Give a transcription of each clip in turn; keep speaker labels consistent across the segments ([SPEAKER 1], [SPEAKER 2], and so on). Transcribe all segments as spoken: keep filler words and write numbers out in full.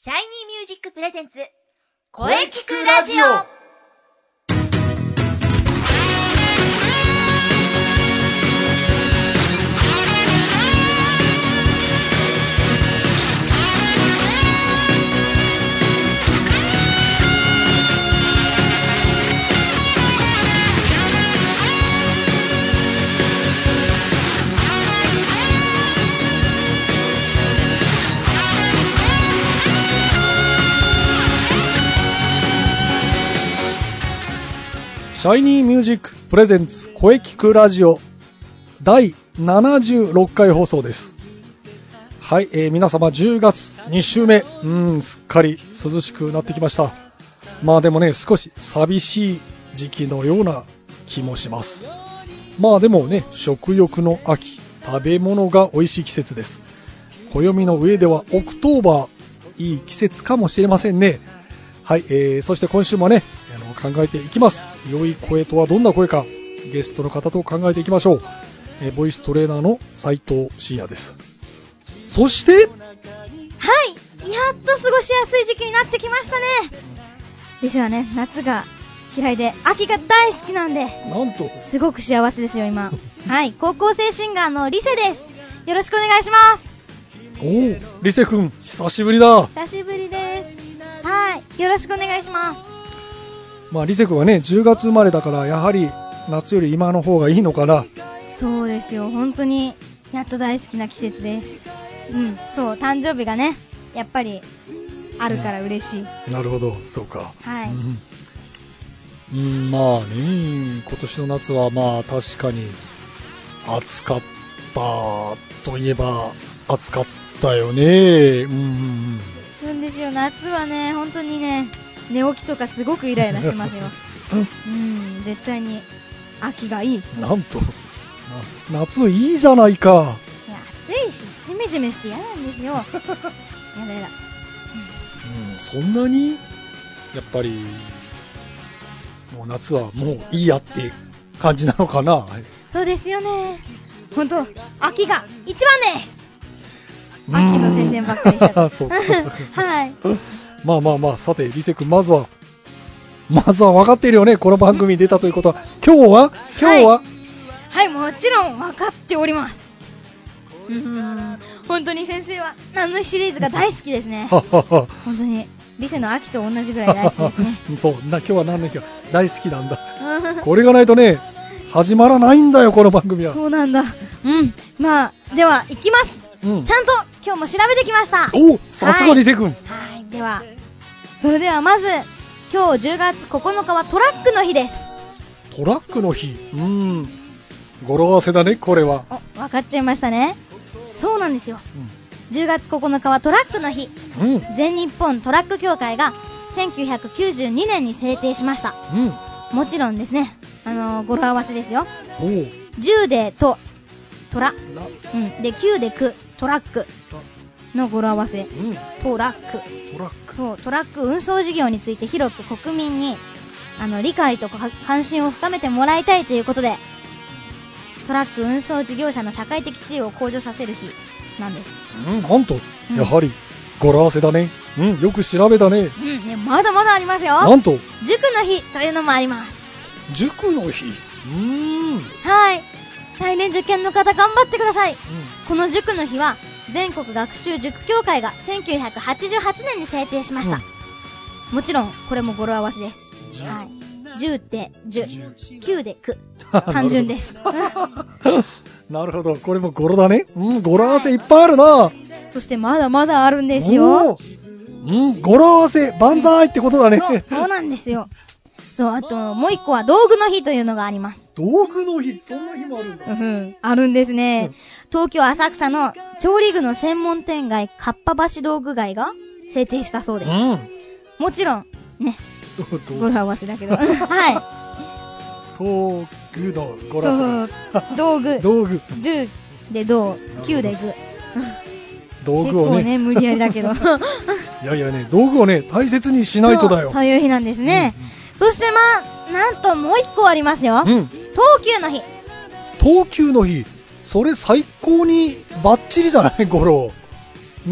[SPEAKER 1] シャイニーミュージックプレゼンツ声聞くラジオ。
[SPEAKER 2] シャイニーミュージックプレゼンツ声聞くラジオだいななじゅうろっかい放送です。はい、えー、皆様じゅうがつに週目、うん、すっかり涼しくなってきました。まあでもね、少し寂しい時期のような気もします。まあでもね、食欲の秋、食べ物が美味しい季節です。暦の上ではオクトーバー、いい季節かもしれませんね。はい、えー、そして今週もね、あの考えていきます。良い声とはどんな声か、ゲストの方と考えていきましょう。えー、ボイストレーナーの斉藤真也です。そしてはい、
[SPEAKER 3] やっと過ごしやすい時期になってきましたね。リセはね、夏が嫌いで秋が大好きなんで、
[SPEAKER 2] なんと
[SPEAKER 3] すごく幸せですよ今。はい、高校生シンガーのリセです。よろしくお願いします。
[SPEAKER 2] おー、リセ君久しぶりだ。
[SPEAKER 3] 久しぶりです。はい、よろしくお願いします。
[SPEAKER 2] まあリセ君はね、じゅうがつ生まれだから、やはり夏より今の方がいいのかな。
[SPEAKER 3] そうですよ、本当にやっと大好きな季節です。うん、そう、誕生日がね、やっぱりあるから嬉しい、
[SPEAKER 2] うん、なるほど、そうか。
[SPEAKER 3] はい、
[SPEAKER 2] うん、うん、まあね、今年の夏はまあ確かに暑かったといえば暑かったよね。うん、
[SPEAKER 3] なんですよ、夏はね、本当にね、寝起きとかすごくイライラしてますよ。うん、絶対に秋がいい。
[SPEAKER 2] なんと、なんと夏いいじゃないか。
[SPEAKER 3] いや、暑いしジメジメして嫌なんですよ。やだやだ。
[SPEAKER 2] うん、そんなにやっぱりもう夏はもういいやって感じなのかな。
[SPEAKER 3] そうですよね。本当、秋が一番です。秋の宣伝ばっかりしちゃった。
[SPEAKER 2] そうか
[SPEAKER 3] はい。
[SPEAKER 2] まあまあまあ、さてリセ君、まずはまずは分かっているよね、この番組に出たということは。今日は今日は、はい、
[SPEAKER 3] はい、もちろん分かっております。うーん、本当に先生は何のシリーズが大好きですね。本当にリセの秋と同じぐらい大好きですね。
[SPEAKER 2] そうな、今日は何の日が大好きなんだ。これがないとね、始まらないんだよ、この番組は。
[SPEAKER 3] そうなんだ。うん、まあでは行きます。うん、ちゃんと今日も調べてきました。
[SPEAKER 2] お、さすがリセ君。
[SPEAKER 3] はい、はい、ではそれではまず今日じゅうがつここのかはトラックの日です。
[SPEAKER 2] トラックの日、うーん、語呂合わせだね、これは。
[SPEAKER 3] お、分かっちゃいましたね。そうなんですよ、うん、じゅうがつここのかはトラックの日、うん、全日本トラック協会がせんきゅうひゃくきゅうじゅうにねんに制定しました、うん、もちろんですね、あのー、語呂合わせですよ。じゅうでとトラ、うん、できゅうでくトラックの語呂合わせ、うん、トラック。トラック。そう、トラック運送事業について広く国民にあの理解と関心を深めてもらいたいということで、トラック運送事業者の社会的地位を向上させる日なんです。
[SPEAKER 2] うん、なんと、うん、やはり語呂合わせだね。うん、よく調べたね。
[SPEAKER 3] うん、ね、まだまだありますよ。
[SPEAKER 2] なんと、
[SPEAKER 3] 塾の日というのもあります。
[SPEAKER 2] 塾の日。うーん。
[SPEAKER 3] はい。来年受験の方頑張ってください。うん、この塾の日は全国学習塾協会がせんきゅうひゃくはちじゅうはちねんに制定しました。うん、もちろんこれも語呂合わせです。はい。じゅうでじゅ、きゅうでく。単純です。
[SPEAKER 2] なるほど、これも語呂だね。うん、語呂合わせいっぱいあるな。はい、
[SPEAKER 3] そしてまだまだあるんですよ。
[SPEAKER 2] うん、語呂合わせ万歳ってことだね。
[SPEAKER 3] そう、そうなんですよ。そう、あともう一個は道具の日というのがあります。
[SPEAKER 2] 道具の日、そんな日もあるんだ。
[SPEAKER 3] うん、あるんですね。うん、東京浅草の調理具の専門店街かっぱ橋道具街が制定したそうです。うん、もちろんね、語呂合わせだけど、はい。
[SPEAKER 2] 道具の語呂合わせ。
[SPEAKER 3] そうそう、道具。
[SPEAKER 2] 道具。
[SPEAKER 3] じゅうで道、きゅうで具。
[SPEAKER 2] 道具をね。
[SPEAKER 3] 結構ね、無理やりだけど。
[SPEAKER 2] いやいやね、道具をね、大切にしないとだよ。
[SPEAKER 3] そう、そういう日なんですね。うんうん、そしてまあ、なんともう一個ありますよ。うん、東急の日。
[SPEAKER 2] 東急の日、それ最高にバッチリじゃない、語呂。ねえ。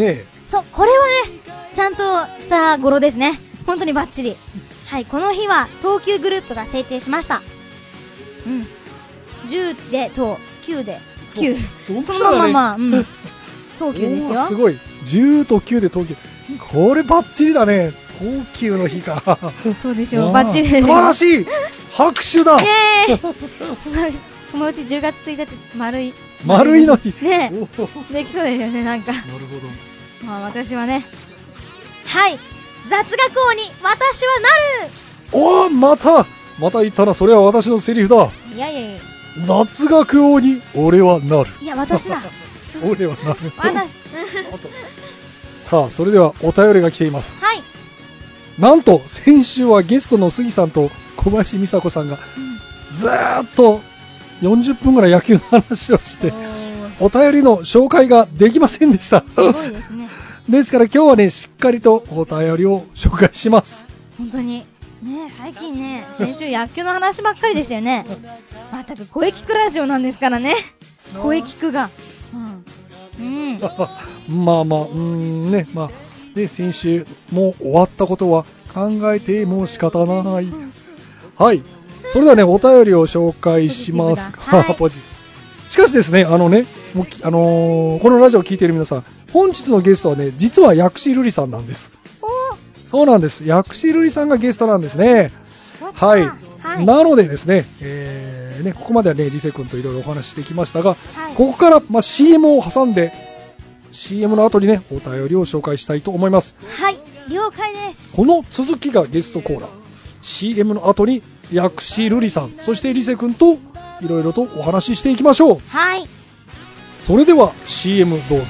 [SPEAKER 3] そう、これはね、ちゃんとした語呂ですね。本当にバッチリ。はい、この日は東急グループが制定しました。うん。じゅうで東、きゅうできゅう。そのまま、うん。東急ですよ。
[SPEAKER 2] すごい。じゅうときゅうで東急。これバッチリだね。東急の日か。
[SPEAKER 3] そうでしょう、バッチリ。
[SPEAKER 2] 素晴らしい。拍手だ。
[SPEAKER 3] イエーイ。そのそのうちじゅうがつついたち丸い
[SPEAKER 2] 丸いの日
[SPEAKER 3] ねえできそうですよね、なんか。
[SPEAKER 2] なるほど。
[SPEAKER 3] まあ私はね、はい雑学王に私はなる。
[SPEAKER 2] おー、またまた言ったな。それは私のセリフだ。
[SPEAKER 3] いやいやいや、
[SPEAKER 2] 雑学王に俺はなる。
[SPEAKER 3] いや私だ
[SPEAKER 2] 俺はなる。
[SPEAKER 3] 私
[SPEAKER 2] さあ、それではお便りが来ています。
[SPEAKER 3] はい。
[SPEAKER 2] なんと先週はゲストの杉さんと小林美佐子さんが、うん、ずーっとよんじゅっぷんぐらい野球の話をしてお便りの紹介ができませんでした。
[SPEAKER 3] すごいですね。
[SPEAKER 2] ですから今日はね、しっかりとお便りを紹介します。
[SPEAKER 3] 本当にね、最近ね、先週野球の話ばっかりでしたよね。まったく声聞くラジオなんですからね。声聞くが、うん、うん、
[SPEAKER 2] まあまあ、うーんね、まあで先週もう終わったことは考えても仕方ない、うん、はい。それではね、お便りを紹介します。はい、ポジ。しかしですね、あのね、もうあのー、このラジオを聞いている皆さん、本日のゲストはね、実は薬師瑠璃さんなんです。そうなんです。薬師瑠璃さんがゲストなんですね。はい。はい、なのでですね、えー、ね、ここまではね、リセ君といろいろお話ししてきましたが、はい、ここから、まあ、シーエム を挟んで、シーエム の後にね、お便りを紹介したいと思います。
[SPEAKER 3] はい、了解です。
[SPEAKER 2] この続きがゲストコーナー。シーエム の後に、薬師瑠璃さん、そしてリセ君といろいろとお話ししていきましょう。
[SPEAKER 3] はい。
[SPEAKER 2] それでは シーエム どうぞ。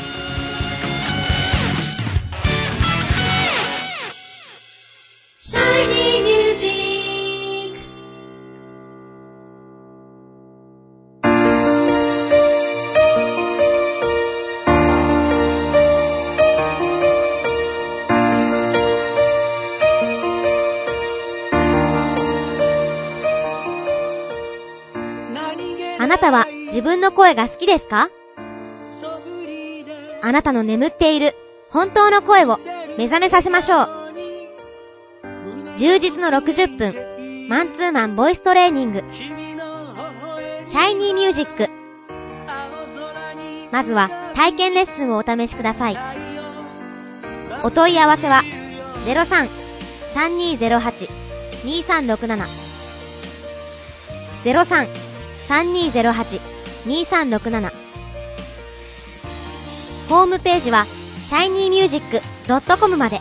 [SPEAKER 1] シャイニーミュージック。
[SPEAKER 3] あなたは自分の声が好きですか？あなたの眠っている本当の声を目覚めさせましょう。充実のろくじゅっぷんマンツーマンボイストレーニング、シャイニーミュージック。まずは体験レッスンをお試しください。お問い合わせは ゼロさん さんにーゼロはち にーさんろくなな ゼロさん さんにーゼロはち にーさんろくなな。 ホームページは シャイニーミュージックドットコム まで。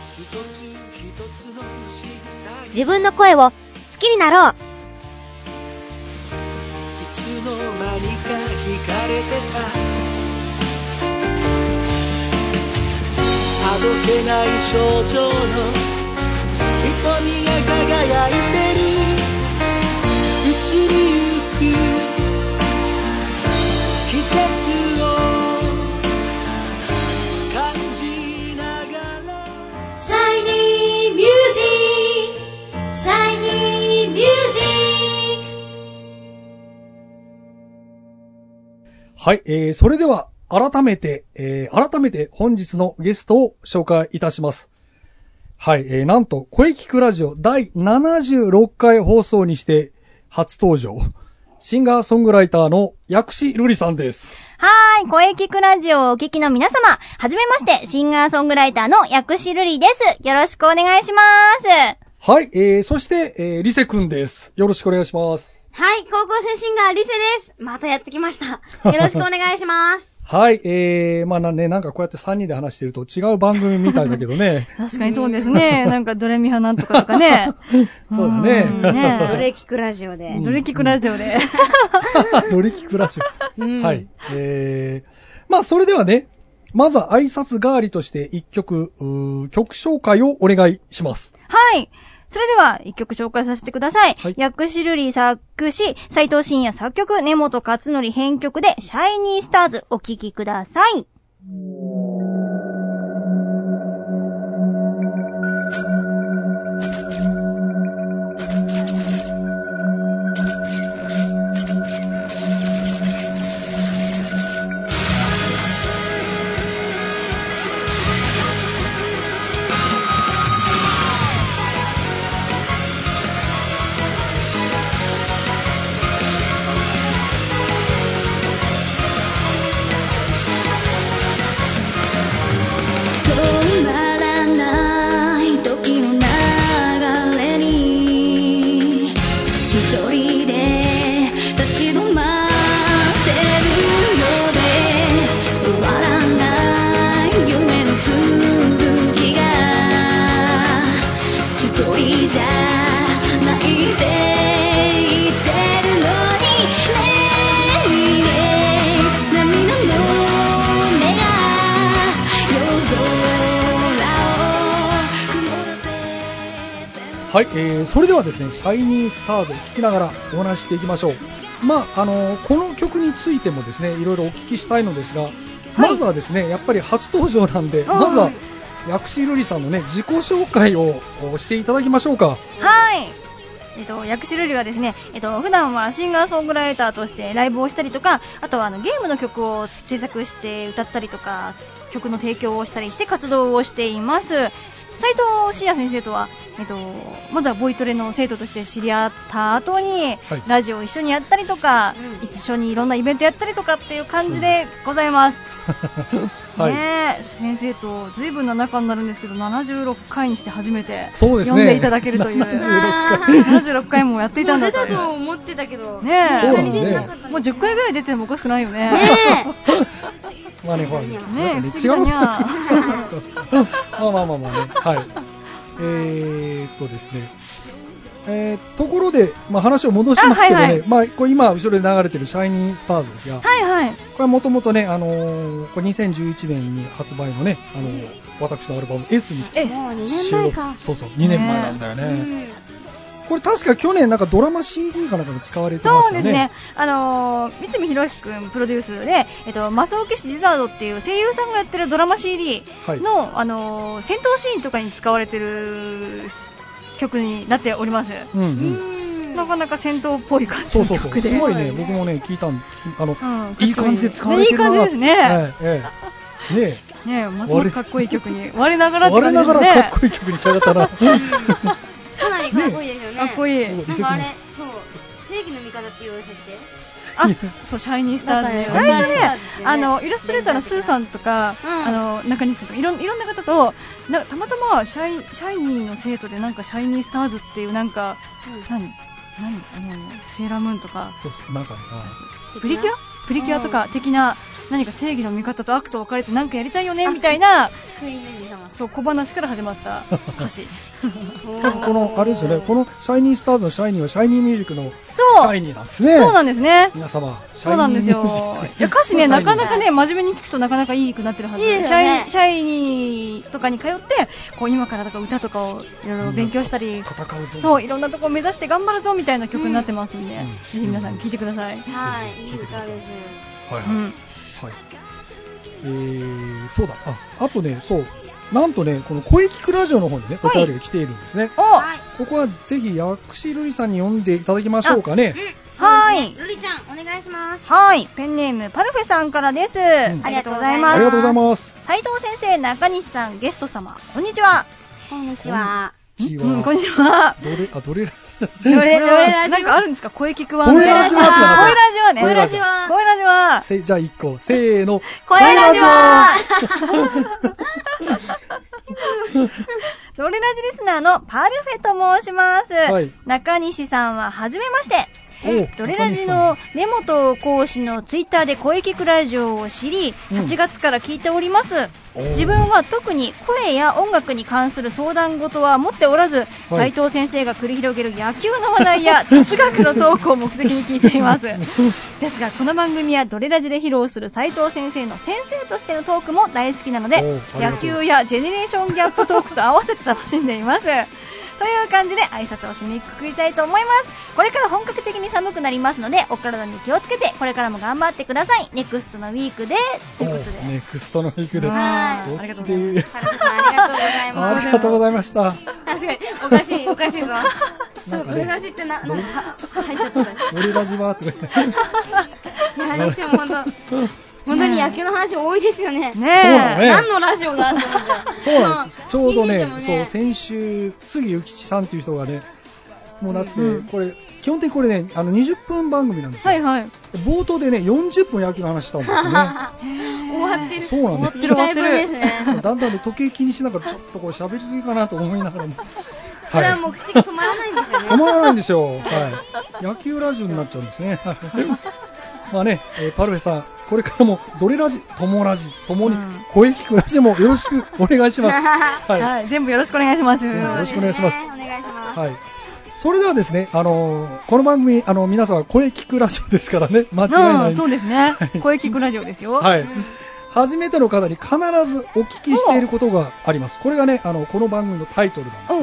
[SPEAKER 3] 自分の声を好きになろう。い
[SPEAKER 4] つの間にか惹かれてた、あどけない少女の瞳が輝いてる。移りゆく季節を感じながら、
[SPEAKER 1] シャイニーミュージック、シャイニーミュージック。
[SPEAKER 2] はい、えー、それでは改めて、えー、改めて本日のゲストを紹介いたします。はい、えー、なんと声聞くラジオだいななじゅうろっかい放送にして初登場、シンガーソングライターの薬師瑠璃さんです。
[SPEAKER 5] はーい、声聞くラジオをお聞きの皆様、はじめまして、シンガーソングライターの薬師瑠璃です。よろしくお願いします。
[SPEAKER 2] はい、えー、そして、えー、リセくんです。よろしくお願いします。
[SPEAKER 3] はい、高校生シンガーリセです。またやってきました。よろしくお願いします。
[SPEAKER 2] はい、えー、まあね、なんかこうやってさんにんで話してると違う番組みたいだけどね。
[SPEAKER 5] 確かにそうですね。なんかドレミファなんとかとかね。
[SPEAKER 2] そうだね。
[SPEAKER 3] ねドレ聞くラジオで。
[SPEAKER 5] うん、ドレ聞くラジオで。
[SPEAKER 2] ドレ聞くラジオ。うん、はい。えー、まあそれではね、まずは挨拶代わりとして一曲、曲紹介をお願いします。
[SPEAKER 5] はい。それでは一曲紹介させてください。はい、薬師瑠璃作詞、斉藤慎也作曲、根本勝則編曲でシャイニースターズお聴きください。
[SPEAKER 4] 「
[SPEAKER 2] はい、えー、それではですね、シャイニースターズを聴きながらお話ししていきましょう。まあ、あのー、この曲についてもですね、いろいろお聞きしたいのですが、はい、まずはですね、やっぱり初登場なんで、まずは薬師瑠璃さんのね、自己紹介をしていただきましょうか。
[SPEAKER 5] はい。えっと、薬師瑠璃はですね、えっと、普段はシンガーソングライターとしてライブをしたりとか、あとはあのゲームの曲を制作して歌ったりとか、曲の提供をしたりして活動をしています。斉藤慎也先生とは、えっと、まずはボイトレの生徒として知り合った後に、はい、ラジオを一緒にやったりとか、うん、一緒にいろんなイベントやったりとかっていう感じでございます。はい、ねえ、先生と随分な仲になるんですけど、ななじゅうろっかいにして初めて読んでいただけるという。ななじゅうろっかい。ななじゅうろっかいもやっていたんだという。
[SPEAKER 3] 出たと思ってたけど。
[SPEAKER 5] ねえ。
[SPEAKER 2] そうなんですね。
[SPEAKER 5] もうじゅっかいぐらい出てもおかしくないよね。
[SPEAKER 3] ね
[SPEAKER 2] え。まあね、ほらね。
[SPEAKER 5] ねえ、不思議だにゃ。
[SPEAKER 2] まあまあまあまあね。はい。えーっとですね。えー、ところで、まあ、話を戻しますけどね、はいはい、まあ、これ今後ろで流れてるシャイニースターズですが、
[SPEAKER 5] はいはい、こ
[SPEAKER 2] れはもともとね、あのー、これにせんじゅういちねんに発売のね、あのー、私のアルバム S に収録、そうそう、にねんまえなんだよね。ね、これ確か去年なんかドラマ シーディー かなんかに使われてましたよね。
[SPEAKER 5] そうですね。あのー、三海博之君プロデュースで、えっと、マサオケシディザードっていう声優さんがやってるドラマ シーディー の、はい、あのー、戦闘シーンとかに使われてる曲になっております。うんうん、なかなか戦闘っぽい感じの曲で。そうそうそう、
[SPEAKER 2] すごいね、僕もね聞いたんです。あの、うん、いい感じで使われてるな。
[SPEAKER 5] いい感じですね。
[SPEAKER 2] ええええ、ね
[SPEAKER 5] え、ねえ、ますますかっこいい曲に我ながらって感じですね。
[SPEAKER 2] 我ながらかっこいい曲に仕上がったな。
[SPEAKER 3] かなりかっこいいですよね。
[SPEAKER 5] かっこいい。
[SPEAKER 3] なんかあれ、そう、正義の味方っていう設定。
[SPEAKER 5] あ、そう、シャイニースターズで最初ね、あのイラストレーターのスーさんとか、うん、あの中西さんとかいろんいろんな方となたまたまシャイシャイニーの生徒でなんかシャイニースターズっていうなんか、うん、何何あのセーラームーンとか、
[SPEAKER 2] そうなんか
[SPEAKER 5] プリキュアプリキュアとか的な何か正義の味方と悪と分かれて何かやりたいよねみたいな、そう小話から始まった歌詞。
[SPEAKER 2] このあれですよね、このシャイニースターズのシャイニーはシャイニーミュージックのシャイニーなんですね。
[SPEAKER 5] そうなんですね。
[SPEAKER 2] 皆様、
[SPEAKER 5] そうなんですよ。いや歌詞ね、なかなかね真面目に聞くとなかなかいいくなってるはず。いいですよね。シャイ、シャイニーとかに通ってこう今からとか歌とかをいろいろ勉強したり、
[SPEAKER 2] 戦うぞ。
[SPEAKER 5] そういろんなとこを目指して頑張るぞみたいな曲になってますんで、うん、ぜひ皆さん聴いてください。
[SPEAKER 3] はい、いい歌です。
[SPEAKER 2] はいはい。うん、はい。えー、そうだ。あ、あとね、そう。なんとね、この声聞くラジオの方にね、お便りが来ているんですね。
[SPEAKER 5] はい、
[SPEAKER 2] ここはぜひ薬師瑠璃さんに読んでいただきましょうかね。
[SPEAKER 3] うん、はい。瑠璃ちゃん、お願いします。
[SPEAKER 5] はい。ペンネームパルフェさんからです。うん、ありがとうございます。
[SPEAKER 2] ありがとうございます。
[SPEAKER 5] 斉藤先生、中西さん、ゲスト様、こんにちは。
[SPEAKER 3] こんにちは。
[SPEAKER 5] うん、こんにちは。
[SPEAKER 2] どれ、あ、どれラ
[SPEAKER 3] ジどれ、どれラジ
[SPEAKER 5] なんかあるんですか？声聞くは。
[SPEAKER 2] 声ラジは。
[SPEAKER 5] 声ラジはね。
[SPEAKER 3] 声ラジは。
[SPEAKER 5] 声ラジは。
[SPEAKER 2] せ、じゃあ一個。せーの。
[SPEAKER 5] 声ラジは。ドレラジリスナーのパルフェと申します。はい、中西さんははじめまして。ドレラジの根本講師のツイッターで声聞くラジオを知り、はちがつから聞いております。うん、自分は特に声や音楽に関する相談事は持っておらず、斉、はい、藤先生が繰り広げる野球の話題や哲学のトークを目的に聞いています。ですが、この番組やドレラジで披露する斉藤先生の先生としてのトークも大好きなので、野球やジェネレーションギャップトークと合わせて楽しんでいます。という感じで挨拶を締めくくりたいと思います。これから本格的に寒くなりますので、お体に気をつけてこれからも頑張ってください。ネクストのウィークでということで。
[SPEAKER 2] ネクストのウィークで。
[SPEAKER 5] はい。ありがとうございます。
[SPEAKER 3] パルフェさんありがとうございます。
[SPEAKER 2] ありがとうございました。
[SPEAKER 3] 確かにおかしいおかしいぞ。ちょっとドレラジってな、なんか入っちゃった。
[SPEAKER 2] ドレラジはって。
[SPEAKER 3] いやにしても本当。本当に野球の話多いですよね。
[SPEAKER 5] ねえ。
[SPEAKER 3] 何のラジオだって思っちゃう。
[SPEAKER 2] そうなんです。ちょうどね、そう先週杉ゆきちさんっていう人がね、もうだってこれ基本的にこれね、あのにじゅっぷん番組なんですよ。
[SPEAKER 5] はいはい。
[SPEAKER 2] 冒頭でねよんじゅっぷん野球の話したんですよね。
[SPEAKER 3] 終わってる。
[SPEAKER 2] そうなんです。
[SPEAKER 5] 終わってる終わって
[SPEAKER 3] る。
[SPEAKER 2] だんだんね時計気にしながらちょっとこれ喋りすぎかなと思いながらも。
[SPEAKER 3] それはもう口が止まらないんですよね。
[SPEAKER 2] 止まらないんですよ。はい。野球ラジオになっちゃうんですね。まあね、えー、パルフェさん、これからもドレラジ、トモラジ、ともに声聞くラジオもよろしくお願いします。
[SPEAKER 5] はい、はい、全部よろしくお願いします。よ
[SPEAKER 2] ろしくお願いします。
[SPEAKER 3] お願いします。
[SPEAKER 2] はい。それではですね、あのー、この番組、あの皆さん声聞くラジオですからね、間違いない。
[SPEAKER 5] うん、そうですね。声聞くラジオですよ。
[SPEAKER 2] はい。初めての方に必ずお聞きしていることがあります。これがね、あのこの番組のタイトルなんですね。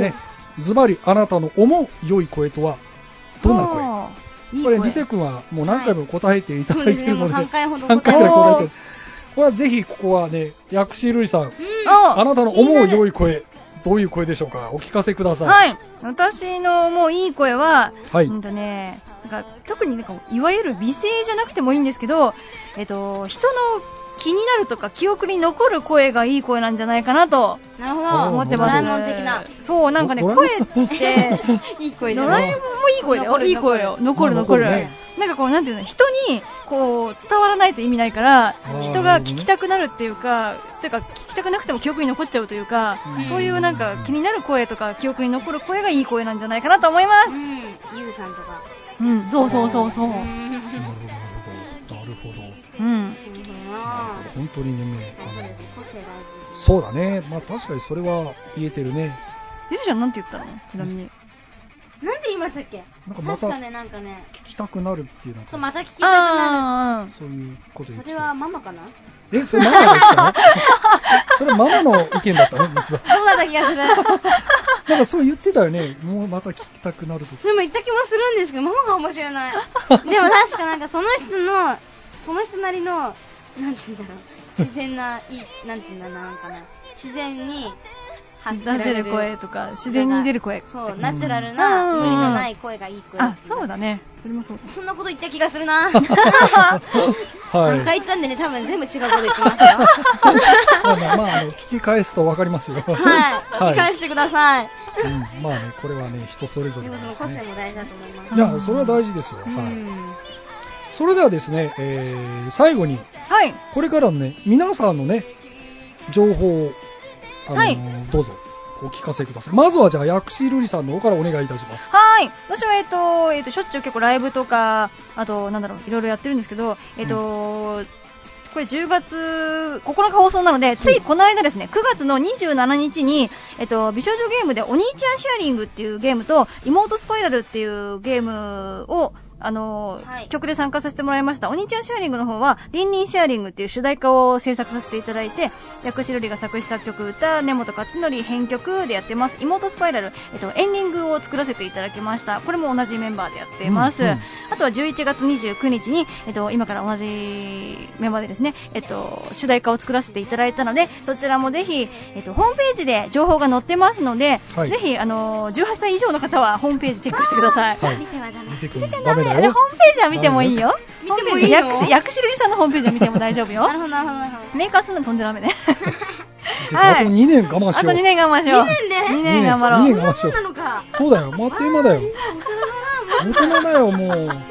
[SPEAKER 2] ズバリあなたの思う良い声とはどんな声？これリセ君はもう何回も答えていただいているので、
[SPEAKER 3] はい、そうですね、もうさんかいほど
[SPEAKER 2] 答えていただいている。これはぜひここはね、薬師瑠璃さん、うん、あなたの思う良い声、どういう声でしょうか？お聞かせください。
[SPEAKER 5] はい。私の思ういい声は、はい。うんとね、なんか特になんかいわゆる美声じゃなくてもいいんですけど、えっと人の気になるとか記憶に残る声がいい声なんじゃないかなと思ってます。
[SPEAKER 3] ドラえもん的な。
[SPEAKER 5] そう、なんかね、声って
[SPEAKER 3] いい声で
[SPEAKER 5] ドラえもんもいい声だよ。いい声よ。残る残る。なんかこう、なんていうの、人にこう伝わらないと意味ないから、人が聞きたくなるっていうか、というか聞きたくなくても記憶に残っちゃうというか、そういうなんか気になる声とか記憶に残る声がいい声なんじゃないかなと思います。
[SPEAKER 3] うん。ゆうさんとか。
[SPEAKER 5] うん、そうそうそうそう。
[SPEAKER 2] なるほど。なるほど。
[SPEAKER 5] うん。
[SPEAKER 2] 本当にね、あのそうだね、まあ確かにそれは言えてるね。
[SPEAKER 5] ゆずちゃんなんて言ったの？ちなみに。
[SPEAKER 3] なんて言いましたっけ？
[SPEAKER 2] なんかまた
[SPEAKER 3] 確かね、なんかね、
[SPEAKER 2] 聞きたくなるっていうの
[SPEAKER 3] そう、また聞きたくな
[SPEAKER 2] る。そういうこと言ってた。
[SPEAKER 3] それはママかな？
[SPEAKER 2] え、それママですか？それママの意見だったね、実は。
[SPEAKER 3] そうだった気がする。
[SPEAKER 2] なんかそう言ってたよね。もうまた聞きたくなると。
[SPEAKER 3] それも言った気もするんですけど、ママかもしれない。でも確かなんかその人の、その人なりの、なんて言うんだろう、自然な、いい、なんて言うんだろう、なんかな、自然に
[SPEAKER 5] 発せる声とか、自然に出る声。
[SPEAKER 3] そう、ナチュラルな、無理のない声がいい声。
[SPEAKER 5] あ、そうだね。それもそう。
[SPEAKER 3] そんなこと言った気がするな。はい。さんかい言ったんでね、多分全部違うこと言ってますよ。
[SPEAKER 2] まあ、まあ、まあ、あの、聞き返すとわかりますよ。はい。
[SPEAKER 3] 聞き返してください。
[SPEAKER 2] うん、まあね、これはね、人それぞれですね。
[SPEAKER 3] でもその個性も大事だと思います。
[SPEAKER 2] いや、それは大事ですよ。はい。それではですね、えー、最後に、
[SPEAKER 5] はい。
[SPEAKER 2] これからのね、皆さんのね、情報を、あのーはい、どうぞ。お聞かせください。まずはじゃあ薬師瑠璃さんの方からお願いいたします。
[SPEAKER 5] はい。私はえっとえっとしょっちゅう結構ライブとかあとなんだろういろいろやってるんですけどえっと、うん、これじゅうがつここのか放送なのでついこの間ですねくがつのにじゅうしちにちにえっと美少女ゲームでお兄ちゃんシェアリングっていうゲームと妹スパイラルっていうゲームをあの、はい、曲で参加させてもらいました。お兄ちゃんシェアリングの方は、リンリンシェアリングっていう主題歌を制作させていただいて、薬師瑠璃が作詞作曲、歌、根本勝則編曲でやってます。妹スパイラル、えっと、エンディングを作らせていただきました。これも同じメンバーでやってます。うんうん、あとはじゅういちがつにじゅうくにちに、えっと、今から同じメンバーでですね、えっと、主題歌を作らせていただいたので、そちらもぜひ、えっと、ホームページで情報が載ってますので、はい、ぜひ、あの、じゅうはっさい以上の方はホームページチェックしてください。はい。
[SPEAKER 3] 見せはダメ。
[SPEAKER 5] 見せちゃダメ。あれ、ホームページは見てもいいよ。見てもいいよ。薬師瑠璃さんのホームページは見ても大丈夫よ。
[SPEAKER 3] なるほど、なるほど、なるほど。
[SPEAKER 5] メーカーすんの飛んじゃダメね。
[SPEAKER 2] はい。あとにねん我慢しよう。
[SPEAKER 5] あとにねん我慢しよう。
[SPEAKER 3] にねんで ?に
[SPEAKER 5] 年頑張ろう。
[SPEAKER 2] にねん我慢しよう。そうだよ。待って今だよ。大人だよ、もう。はい。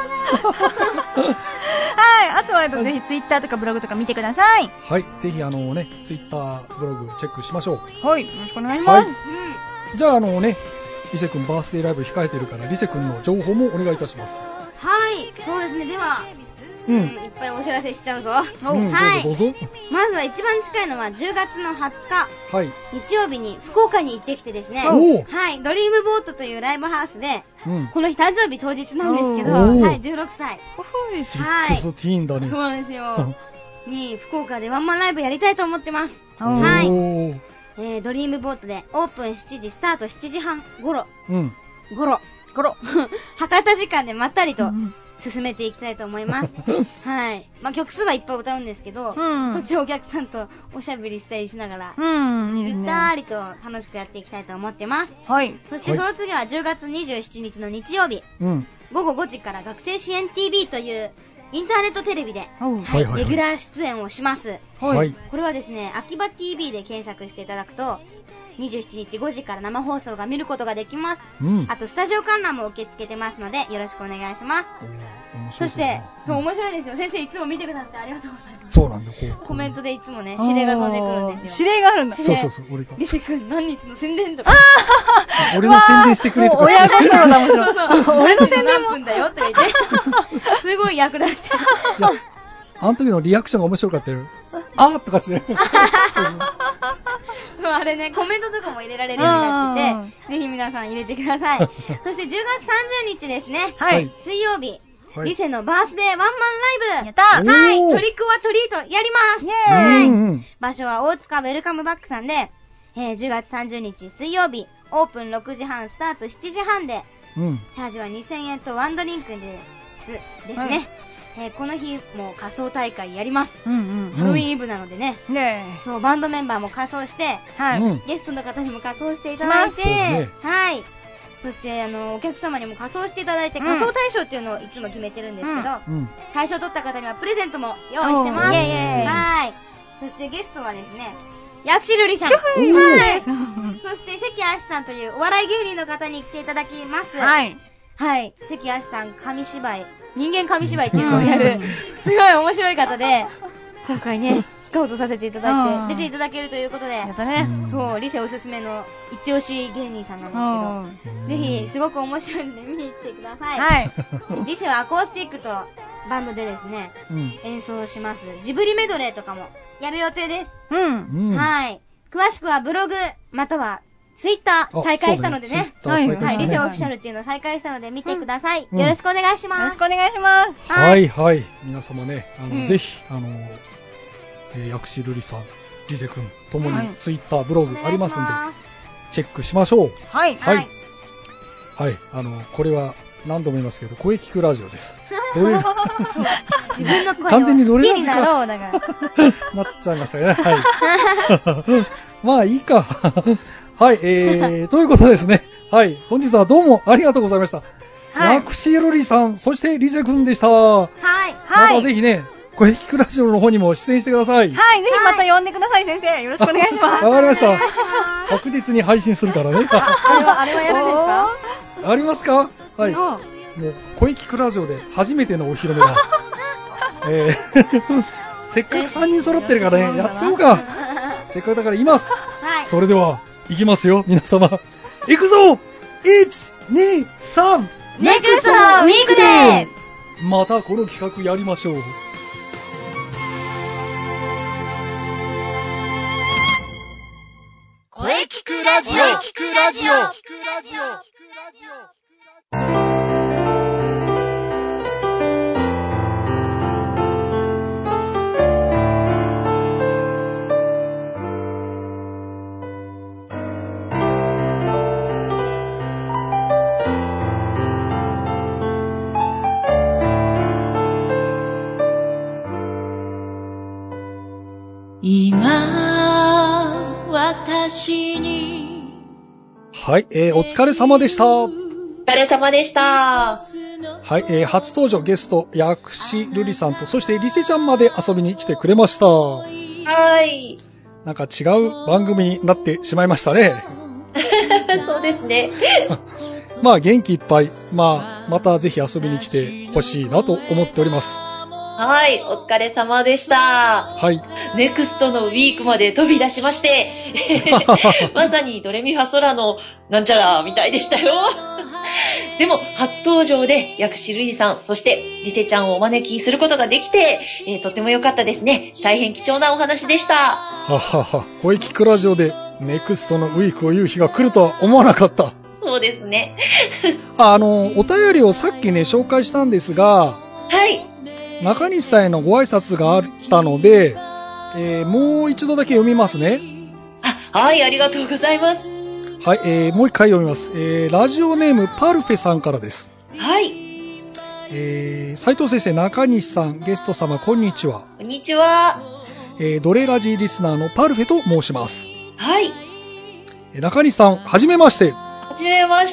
[SPEAKER 5] あとは、ぜひツイッターとかブログとか見てください。
[SPEAKER 2] はい。ぜひ、あのね、ツイッター、ブログチェックしましょう。
[SPEAKER 5] はい。よろしくお願いします。はい。
[SPEAKER 2] じゃあ、あのね、リセ君バースデーライブ控えてるから、リセ君の情報もお願いいたします。
[SPEAKER 3] はい、そうですね。では、うん、いっぱいお知らせしちゃうぞ。
[SPEAKER 2] うん、はい。どうぞどうぞ。
[SPEAKER 3] まずは一番近いのはじゅうがつのはつか、
[SPEAKER 2] はい、
[SPEAKER 3] 日曜日に福岡に行ってきてですね、はい、ドリームボートというライブハウスで、うん、この日誕生日当日なんですけど、はい、じゅうろくさい。
[SPEAKER 2] シックスティーンだね。
[SPEAKER 3] そうなんですよ。に、福岡でワンマンライブやりたいと思ってます。はい。えー、ドリームボートでオープンしちじ、スタートしちじはん頃。うん。頃。頃。博多時間でまったりと進めていきたいと思います。はい。まあ、曲数はいっぱい歌うんですけど、うん、途中お客さんとおしゃべりしたりしながら、うん、いいですね。ゆったりと楽しくやっていきたいと思ってます。はい。そしてその次はじゅうがつにじゅうしちにちの日曜日、うん、ごごごじから学生支援 ティーブイ というインターネットテレビで、はいはい、レギュラー出演をします。はい。これはですね、秋葉 ティーブイ で検索していただくと、にじゅうしちにちごじから生放送が見ることができます。うん、あとスタジオ観覧も受け付けてますのでよろしくお願いします。そして、そう面白いですよ。先生いつも見てくださってありがとうございます。
[SPEAKER 2] そうなんだよ。
[SPEAKER 3] コメントでいつもね指令が飛んでくるんです
[SPEAKER 5] よ。指令があるんだ。
[SPEAKER 2] そうそうそう。俺が。
[SPEAKER 3] リセ君何日の宣伝とか。
[SPEAKER 2] 俺の宣伝してくれとか。
[SPEAKER 5] 親心だもちろん。
[SPEAKER 3] そうそう。俺の宣伝も何分だよって言って。すごい役立って。
[SPEAKER 2] あの時のリアクションが面白かったよ。あーとかつね。
[SPEAKER 3] そう、あれね、コメントとかも入れられるようになってて、ぜひ皆さん入れてください。そしてじゅうがつさんじゅうにちですね。はい。水曜日。はい、リセのバースデーワンマンライブ。
[SPEAKER 5] やった
[SPEAKER 3] はい。トリックはトリートやります。イェーイ、はい、場所は大塚ウェルカムバックさんで、ええー、じゅうがつさんじゅうにち水曜日、オープンろくじはん、スタートしちじはんで、うん、チャージはにせんえんとワンドリンクですですね、はい。えー、この日も仮装大会やります。うんうん、ハロウィンイブなのでね、うん、ねそうバンドメンバーも仮装して、はい、ゲストの方にも仮装していただいて、ね、はい。そしてあのお客様にも仮装していただいて、うん、仮装大賞っていうのをいつも決めてるんですけど、うん、大賞を取った方にはプレゼントも用意してます。イエイイエイ、はい。そしてゲストはですね、薬師瑠璃さん、はい、そして関あしさんというお笑い芸人の方に来ていただきます。はい。はい。関あしさん、紙芝居、人間紙芝居っていうのをやる、すごい面白い方で、今回ね、スカウトさせていただいて、出ていただけるということで、やったね。そう、リセおすすめの一押し芸人さんなんですけど、ぜひ、すごく面白いので見に来てください。はい。リセはアコースティックとバンドでですね、うん、演奏します。ジブリメドレーとかもやる予定です。うん。はい。詳しくはブログ、またはツイッター再開したのでね。はい。はい。リセオフィシャルっていうのを再開したので見てください。うん、よろしくお願いします。
[SPEAKER 5] よろしくお願いします。
[SPEAKER 2] はい、はい。皆様ね、あの、うん、ぜひ、あの、えー、薬師瑠璃さん、リゼくんともにツイッター、ブログありますんで、チェックしましょう。
[SPEAKER 5] はい。
[SPEAKER 2] はい。はい。あの、これは何度も言いますけど、声聞くラジオです。どれ
[SPEAKER 3] 自分の声を好きになろうだから。
[SPEAKER 2] なっちゃいましたね。はい。まあいいか。はい、えー、ということですね。はい。本日はどうもありがとうございました。はい。薬師瑠璃さん、そしてリゼくんでした。はい。またぜひね、声聞くラジオの方にも出演してください。
[SPEAKER 5] はい。ぜひまた呼んでください、先生。よろしくお願いします。
[SPEAKER 2] わかりました。確実に配信するからね。
[SPEAKER 5] あれは、あれはやるんですか？
[SPEAKER 2] ありますか？はい。もう、声聞くラジオで初めてのお披露目だ。えー、せっかくさんにん揃ってるからね、やっちゃおうか。せっかくだから言います。はい。それでは、いきますよ、皆様。いくぞ !いち、に、さん!
[SPEAKER 3] ネクストのウィークデー！
[SPEAKER 2] またこの企画やりましょう。
[SPEAKER 4] 声聞くラジオ聞くラジオ聞くラジオ聞くラジオ
[SPEAKER 2] 今私にはい、えー、お疲れ様でした。お
[SPEAKER 6] 疲れ様でした。
[SPEAKER 2] はい、えー、初登場ゲスト薬師瑠璃さんとそしてリセちゃんまで遊びに来てくれました。は
[SPEAKER 6] い。
[SPEAKER 2] なんか違う番組になってしまいましたね。
[SPEAKER 6] そうですね。
[SPEAKER 2] まあ元気いっぱい、まあまたぜひ遊びに来てほしいなと思っております。
[SPEAKER 6] はい、お疲れ様でした。はい。ネクストのウィークまで飛び出しまして、まさにドレミファソラのなんちゃらみたいでしたよ。でも、初登場で薬師瑠璃さん、そしてリセちゃんをお招きすることができて、えー、とても良かったですね。大変貴重なお話でした。
[SPEAKER 2] ははは、声聞くラジオでネクストのウィークを言う日が来るとは思わなかった。
[SPEAKER 6] そうですね。
[SPEAKER 2] あの、お便りをさっきね、紹介したんですが、
[SPEAKER 6] はい。
[SPEAKER 2] 中西さんへのご挨拶があったので、えー、もう一度だけ読みますね。
[SPEAKER 6] あ、はい、ありがとうございます。
[SPEAKER 2] はい、えー、もう一回読みます。えー、ラジオネームパルフェさんからです。
[SPEAKER 6] はい。
[SPEAKER 2] えー、斉藤先生、中西さん、ゲスト様、こんにちは。
[SPEAKER 6] こんにちは。
[SPEAKER 2] えー、ドレラジリスナーのパルフェと申します。
[SPEAKER 6] はい。
[SPEAKER 2] 中西さん、はじめまして。
[SPEAKER 6] はじめまして。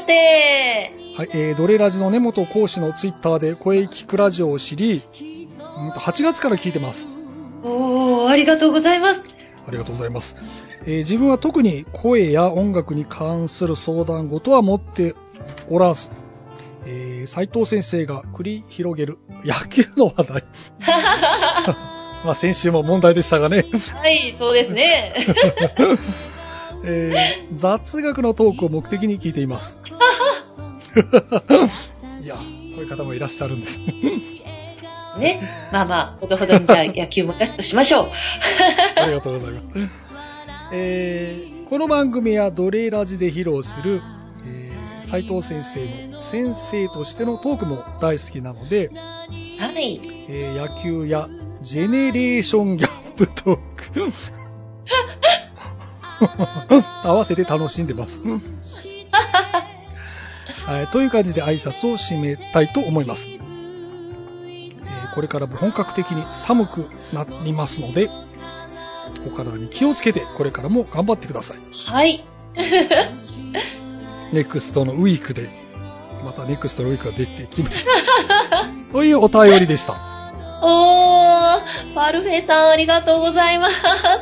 [SPEAKER 2] はい、えー、ドレラジの根本講師のツイッターで声聞くラジオを知り、はちがつから聞いてます。
[SPEAKER 6] おー、ありがとうございます。
[SPEAKER 2] ありがとうございます。えー、自分は特に声や音楽に関する相談事は持っておらず、えー、斉藤先生が繰り広げる野球の話題。まあ先週も問題でしたがね。
[SPEAKER 6] はい、そうですね。
[SPEAKER 2] えー、雑学のトークを目的に聞いています。いや、こういう方もいらっしゃるんです。
[SPEAKER 6] ね。まあまあ、ほどほどにじゃあ野球もキャットしましょう。
[SPEAKER 2] ありがとうございます。えー、この番組やドレラジで披露する、えー、斉藤先生の先生としてのトークも大好きなので、
[SPEAKER 6] はい。
[SPEAKER 2] えー、野球やジェネレーションギャップトーク。 合わせて楽しんでます。はい、という感じで挨拶を締めたいと思います。えー、これからも本格的に寒くなりますので、お体に気をつけてこれからも頑張ってください。
[SPEAKER 6] はい。
[SPEAKER 2] ネクストのウィークで、またネクストのウィークができてきました。というお便りでした。
[SPEAKER 6] おー、パルフェさんありがとうございます。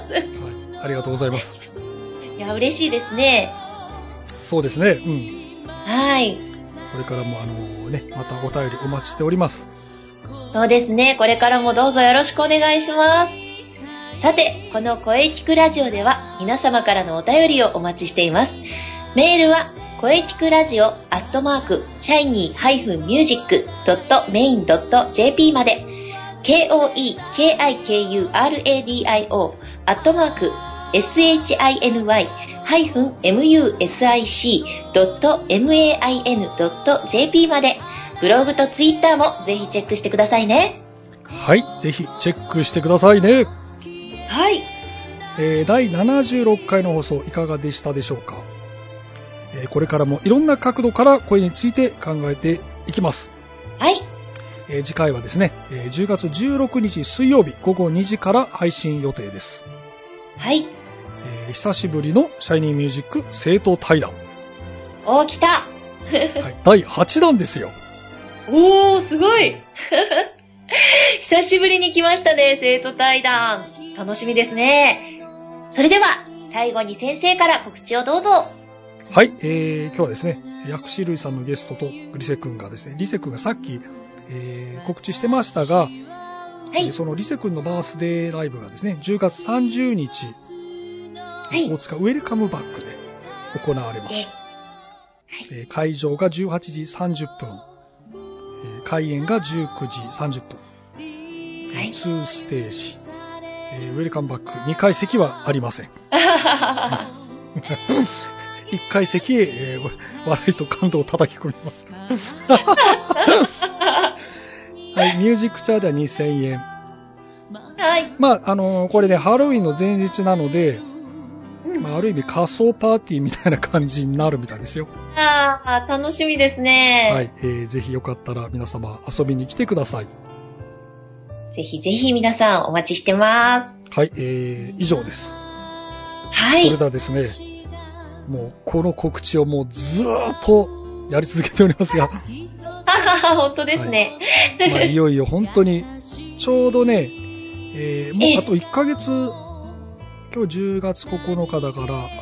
[SPEAKER 6] はい、
[SPEAKER 2] ありがとうございます。
[SPEAKER 6] いや、嬉しいですね。
[SPEAKER 2] そうですね。うん。
[SPEAKER 6] はい。
[SPEAKER 2] これからもあのね、またお便りお待ちしております。
[SPEAKER 6] そうですね。これからもどうぞよろしくお願いします。さて、この声聞くラジオでは皆様からのお便りをお待ちしています。メールは声聞くラジオアットマークシャイニーハイフンミュージックドットメインドットジェーピー まで ケーオーイーケーアイケーユーアールエーディーアイオー アットマーク シャイニーハイフンミュージックドットメインドットジェーピー までブログとツイッターもぜひチェックしてくださいね。
[SPEAKER 2] はい、ぜひチェックしてくださいね。
[SPEAKER 6] はい、
[SPEAKER 2] えー、だいななじゅうろっかいの放送いかがでしたでしょうか。えー、これからもいろんな角度から声について考えていきます。
[SPEAKER 6] はい、
[SPEAKER 2] えー、次回はですね、えー、じゅうがつじゅうろくにち水曜日ごごにじから配信予定です。
[SPEAKER 6] はい、
[SPEAKER 2] えー、久しぶりのシャイニーミュージック生徒対談。
[SPEAKER 6] おー、来た。はい、
[SPEAKER 2] だいはちだんですよ。
[SPEAKER 6] おー、すごい。久しぶりに来ましたね、生徒対談。楽しみですね。それでは、最後に先生から告知をどうぞ。
[SPEAKER 2] はい、えー、今日はですね、薬師類さんのゲストとリセ君がですね、リセ君がさっき、えー、告知してましたが、はい、そのリセ君のバースデーライブがですね、じゅうがつさんじゅうにち、はい、大塚ウェルカムバックで行われます。えー、会場がじゅうはちじさんじゅっぷん、えー、開演がじゅうくじさんじゅっぷん、はい、にステージ、えー、ウェルカムバックにかい席はありません。いっかい席へ、えー、笑いと感動を叩き込みます。はい、ミュージックチャージはにせんえん。
[SPEAKER 6] はい。
[SPEAKER 2] まあ、あのー、これね、ハロウィンの前日なので、うん、まあ、ある意味仮装パーティーみたいな感じになるみたいですよ。
[SPEAKER 6] ああ、楽しみですね。
[SPEAKER 2] はい、えー、ぜひよかったら皆様遊びに来てください。
[SPEAKER 6] ぜひぜひ皆さんお待ちしてます。
[SPEAKER 2] はい、えー、以上です。
[SPEAKER 6] はい。
[SPEAKER 2] それではですね、もうこの告知をもうずーっとやり続けておりますが。
[SPEAKER 6] 本当ですね。
[SPEAKER 2] はい、まあ、いよいよ本当に、ちょうどね、えー、もうあといっかげつ、今日じゅうがつここのかだから、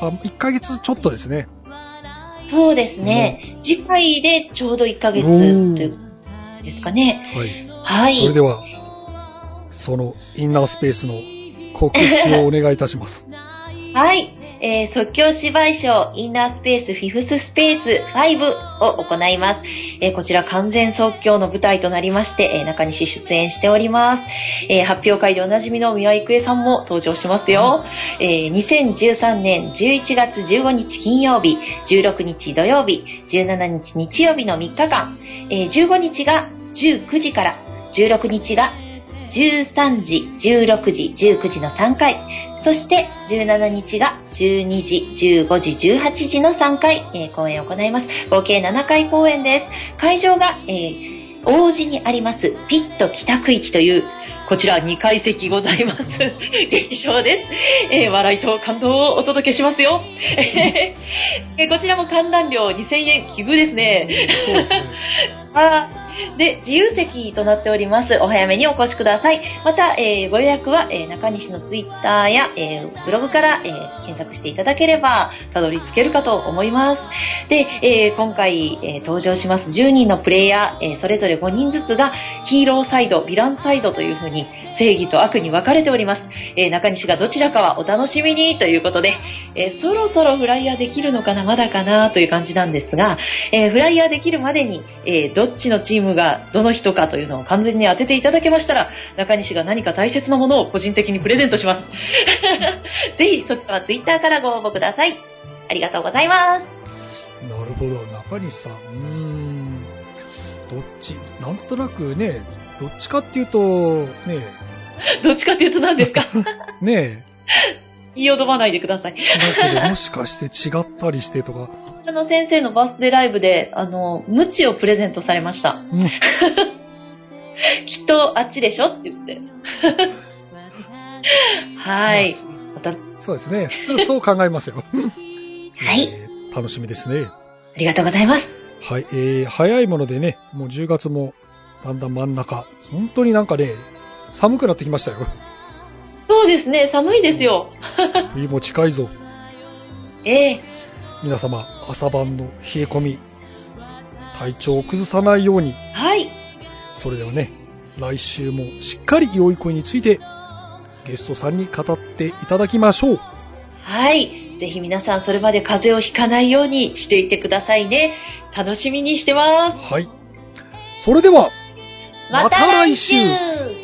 [SPEAKER 2] あ、いっかげつちょっとですね。
[SPEAKER 6] そうですね。うん、次回でちょうどいっかげつというですかね。
[SPEAKER 2] はい。
[SPEAKER 6] はい。
[SPEAKER 2] それでは、そのインナースペースの告知をお願いいたします。
[SPEAKER 6] はい。えー、即興芝居ショーインナースペースフィフススペースごを行います。えー、こちら完全即興の舞台となりまして、えー、中西出演しております。えー、発表会でおなじみの三輪郁恵さんも登場しますよ。うん、えー、にせんじゅうさんねんじゅういちがつじゅうごにち金曜日、じゅうろくにち土曜日、じゅうしちにち日曜日のみっかかん、えー、じゅうごにちがじゅうくじから、じゅうろくにちがじゅうさんじ、じゅうろくじ、じゅうくじのさんかい、そしてじゅうしちにちがじゅうにじ、じゅうごじ、じゅうはちじのさんかい、えー、公演を行います。合計ななかい公演です。会場が、えー、王子にありますピット北区域というこちらにかい席ございます劇場です。えー、笑いと感動をお届けしますよ。えー、こちらも観覧料にせんえん寄付ですね。
[SPEAKER 2] そうですね。
[SPEAKER 6] あで、自由席となっております。お早めにお越しください。また、えー、ご予約は、えー、中西のツイッターや、えー、ブログから、えー、検索していただければ、たどり着けるかと思います。で、えー、今回、えー、登場しますじゅうにんのプレイヤー、えー、それぞれごにんずつが、ヒーローサイド、ヴィランサイドという風に、正義と悪に分かれております。えー、中西がどちらかはお楽しみにということで、えー、そろそろフライヤーできるのかな、まだかなという感じなんですが、えー、フライヤーできるまでに、えー、どっちのチームがどの人かというのを完全に当てていただけましたら、中西が何か大切なものを個人的にプレゼントします。ぜひそちらはツイッターからご応募ください。ありがとうございます。
[SPEAKER 2] なるほど、中西さん。うーん、どっち、なんとなくね、どっちかっていうと、ね
[SPEAKER 6] どっちかっていうと何ですか
[SPEAKER 2] ねえ。
[SPEAKER 6] 言いよどまないでください。
[SPEAKER 2] だけどもしかして違ったりしてとか。
[SPEAKER 6] あの先生のバースデーライブで、あの、ムチをプレゼントされました。うん、きっとあっちでしょって言って。はい。また
[SPEAKER 2] そうですね。普通そう考えますよ。
[SPEAKER 6] はい、
[SPEAKER 2] えー。楽しみですね。
[SPEAKER 6] ありがとうございます。
[SPEAKER 2] はい。えー、早いものでね、もうじゅうがつもだんだん真ん中。本当になんかね、寒くなってきましたよ。
[SPEAKER 6] そうですね、寒いですよ。
[SPEAKER 2] 冬も近いぞ。
[SPEAKER 6] ええー。
[SPEAKER 2] 皆様、朝晩の冷え込み、体調を崩さないように。
[SPEAKER 6] はい。
[SPEAKER 2] それではね、来週もしっかり良い声について、ゲストさんに語っていただきましょう。
[SPEAKER 6] はい。ぜひ皆さんそれまで風邪をひかないようにしていてくださいね。楽しみにしてます。
[SPEAKER 2] はい。それでは、
[SPEAKER 6] また来週。